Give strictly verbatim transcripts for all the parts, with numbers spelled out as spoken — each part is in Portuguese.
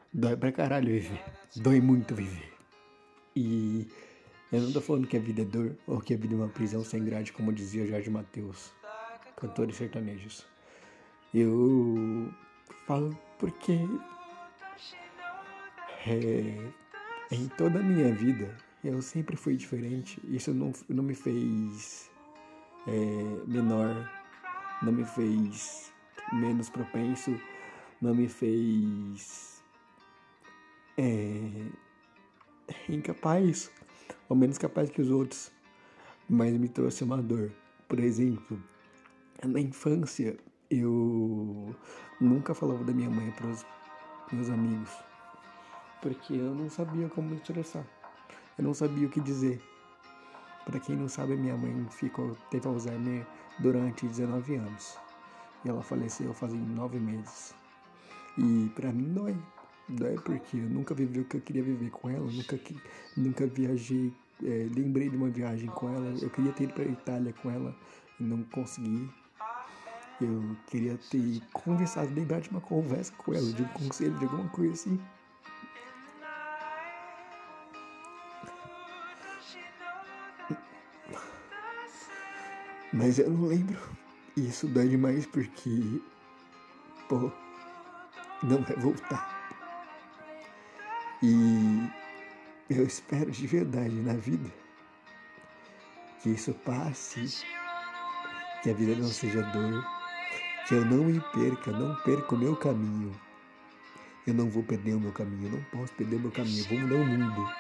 Dói pra caralho viver. Dói muito viver. E eu não tô falando que a vida é dor ou que a vida é uma prisão sem grade, como dizia Jorge Mateus, cantores sertanejos. Eu falo porque é, em toda a minha vida eu sempre fui diferente. Isso não, não me fez é, menor, não me fez menos propenso, não me fez é, incapaz ou menos capaz que os outros, mas me trouxe uma dor. Por exemplo, na infância eu nunca falava da minha mãe para os meus amigos, porque eu não sabia como me expressar, eu não sabia o que dizer. Para quem não sabe, minha mãe ficou, teve Alzheimer durante dezenove anos e ela faleceu fazem nove meses. E pra mim dói, dói porque eu nunca vivi o que eu queria viver com ela, nunca, nunca viajei, é, lembrei de uma viagem com ela, eu queria ter ido pra Itália com ela e não consegui. Eu queria ter conversado, lembrar de uma conversa com ela, de um conselho, de alguma coisa assim. Mas eu não lembro. E isso dói demais porque, pô, não vai voltar. E eu espero de verdade na vida que isso passe, que a vida não seja dor, que eu não me perca, não perca o meu caminho. Eu não vou perder o meu caminho, eu não posso perder o meu caminho, eu vou mudar o mundo.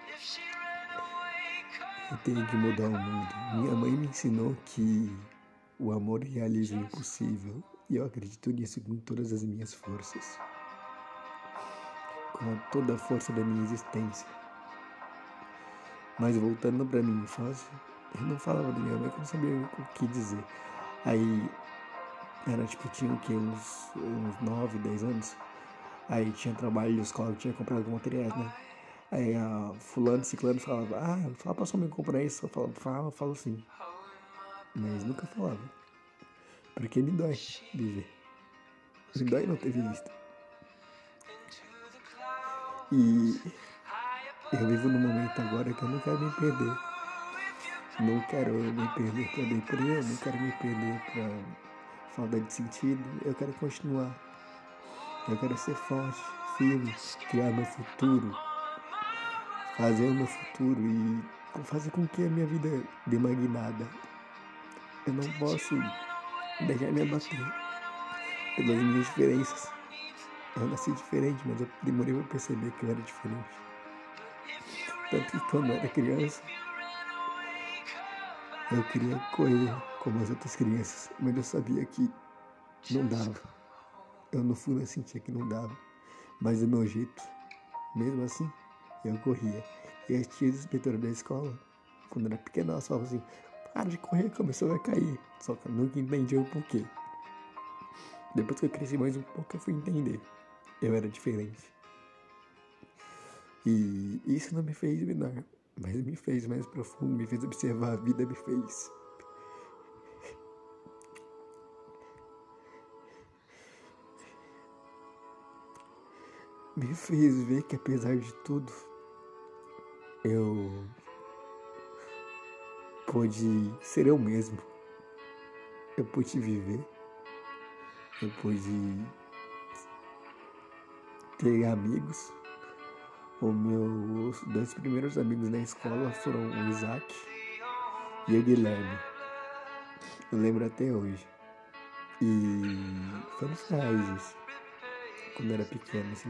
Eu tenho que mudar o mundo. Minha mãe me ensinou que o amor realiza o impossível e eu acredito nisso com todas as minhas forças, com toda a força da minha existência. Mas voltando pra minha infância, eu não falava da minha mãe, que eu não sabia o que dizer. Aí, era tipo, tinha o quê? Uns, uns nove, dez anos. Aí tinha trabalho de escola, eu tinha comprado alguns materiais, né? Aí a fulano, ciclano falava, ah, fala pra sua mãe comprar isso. Eu falava, fala, falo sim. Mas nunca falava. Porque me dói viver. Me dói não ter visto. E eu vivo num momento agora que eu não quero me perder. Não quero me perder pra deprê, não quero me perder pra falta de sentido. Eu quero continuar. Eu quero ser forte, firme, criar meu futuro, fazer o meu futuro e fazer com que a minha vida dê uma guinada. Eu não posso deixar me abater pelas minhas diferenças. Eu nasci diferente, mas eu demorei pra perceber que eu era diferente. Tanto que quando eu era criança, eu queria correr como as outras crianças, mas eu sabia que não dava. Eu no fundo eu sentia que não dava, mas do meu jeito, mesmo assim, eu corria. E as tias inspetoras da escola, quando eu era pequena, elas falavam assim, para de correr, começou a cair. Só que eu nunca entendi o porquê. Depois que eu cresci mais um pouco, eu fui entender. Eu era diferente. E isso não me fez menor, mas me fez mais profundo, me fez observar a vida, me fez me fez ver que apesar de tudo, eu pude ser eu mesmo. Eu pude viver. Eu pude ter amigos. Os meus dois primeiros amigos na escola foram o Isaac e o Guilherme. Eu lembro até hoje. E foi nos finais, quando eu era pequeno, assim.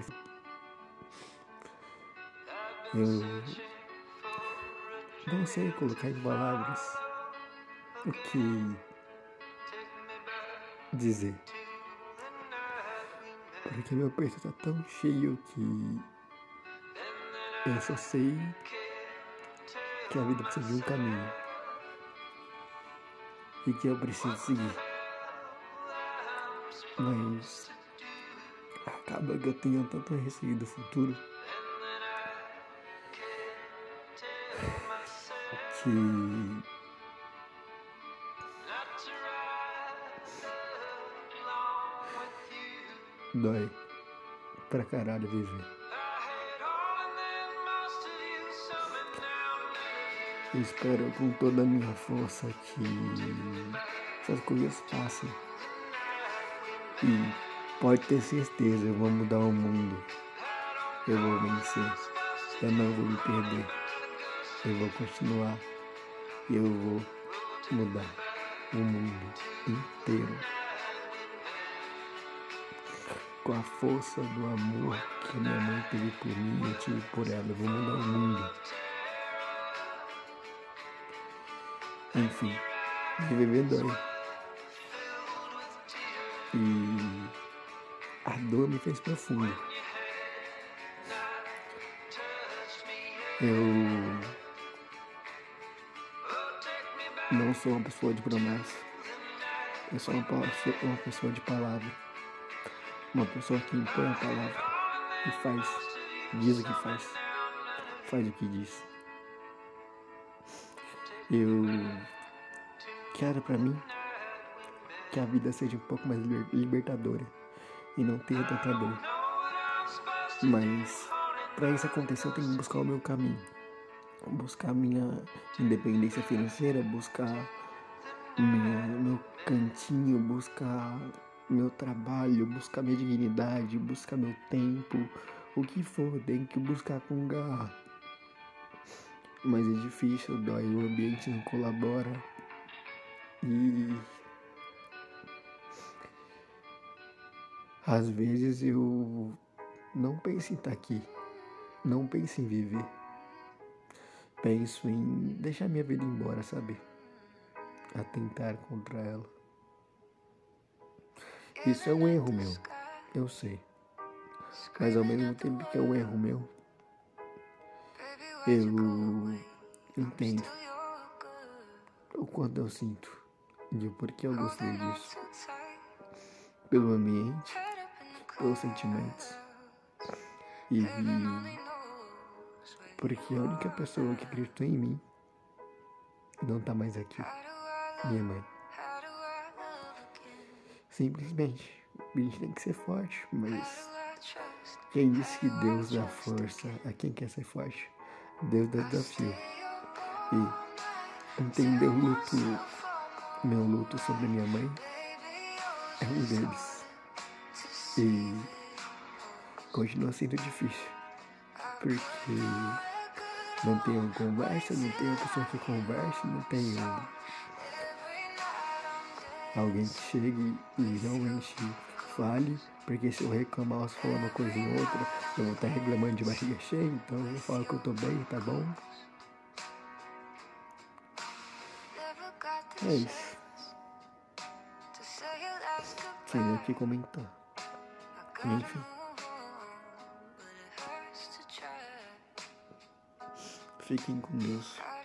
Eu não sei colocar em palavras o que dizer. Porque meu peito tá tão cheio que eu só sei que a vida precisa de um caminho e que eu preciso seguir. Mas acaba que eu tenho tanto receio do futuro que dói. pra caralho viver. Eu espero com toda a minha força que essas coisas passem. E pode ter certeza, eu vou mudar o mundo. Eu vou vencer. Eu não vou me perder. Eu vou continuar. E eu vou mudar o mundo inteiro. Com a força do amor que minha mãe teve por mim, eu tive por ela. Eu vou mudar o mundo. Enfim, viver dói. E a dor me fez profundo. Eu não sou uma pessoa de promessa. Eu sou uma pessoa, uma pessoa de palavra. Uma pessoa que impõe a palavra e faz, diz o que faz, faz o que diz. Eu quero pra mim que a vida seja um pouco mais libertadora e não tenha tanta dor. Mas pra isso acontecer eu tenho que buscar o meu caminho. Buscar minha independência financeira, buscar minha, meu cantinho, buscar meu trabalho, buscar minha dignidade, buscar meu tempo, o que for, tenho que buscar com garra. Mas é difícil, dói, o ambiente não colabora. E às vezes eu não penso em estar aqui, não penso em viver. Penso em deixar minha vida embora, sabe? Atentar contra ela. Isso é um erro meu, eu sei. Mas ao mesmo tempo que é um erro meu, eu entendo o quanto eu sinto e o porquê eu gostei disso. Pelo ambiente, pelos sentimentos. E porque a única pessoa que acreditou em mim não tá mais aqui. Minha mãe. Simplesmente, a gente tem que ser forte, mas quem disse que Deus dá força a quem quer ser forte? Deus dá desafio. E entender o luto, meu luto sobre minha mãe, é um deles. E continua sendo difícil, porque não tenho conversa, não tenho pessoa que converse, não tenho alguém que chegue e realmente fale, porque se eu reclamar ou se falar uma coisa em outra, eu vou estar reclamando de barriga cheia, então eu falo que eu tô bem, tá bom? É isso. Sem o que comentar. Enfim. Fiquem com Deus.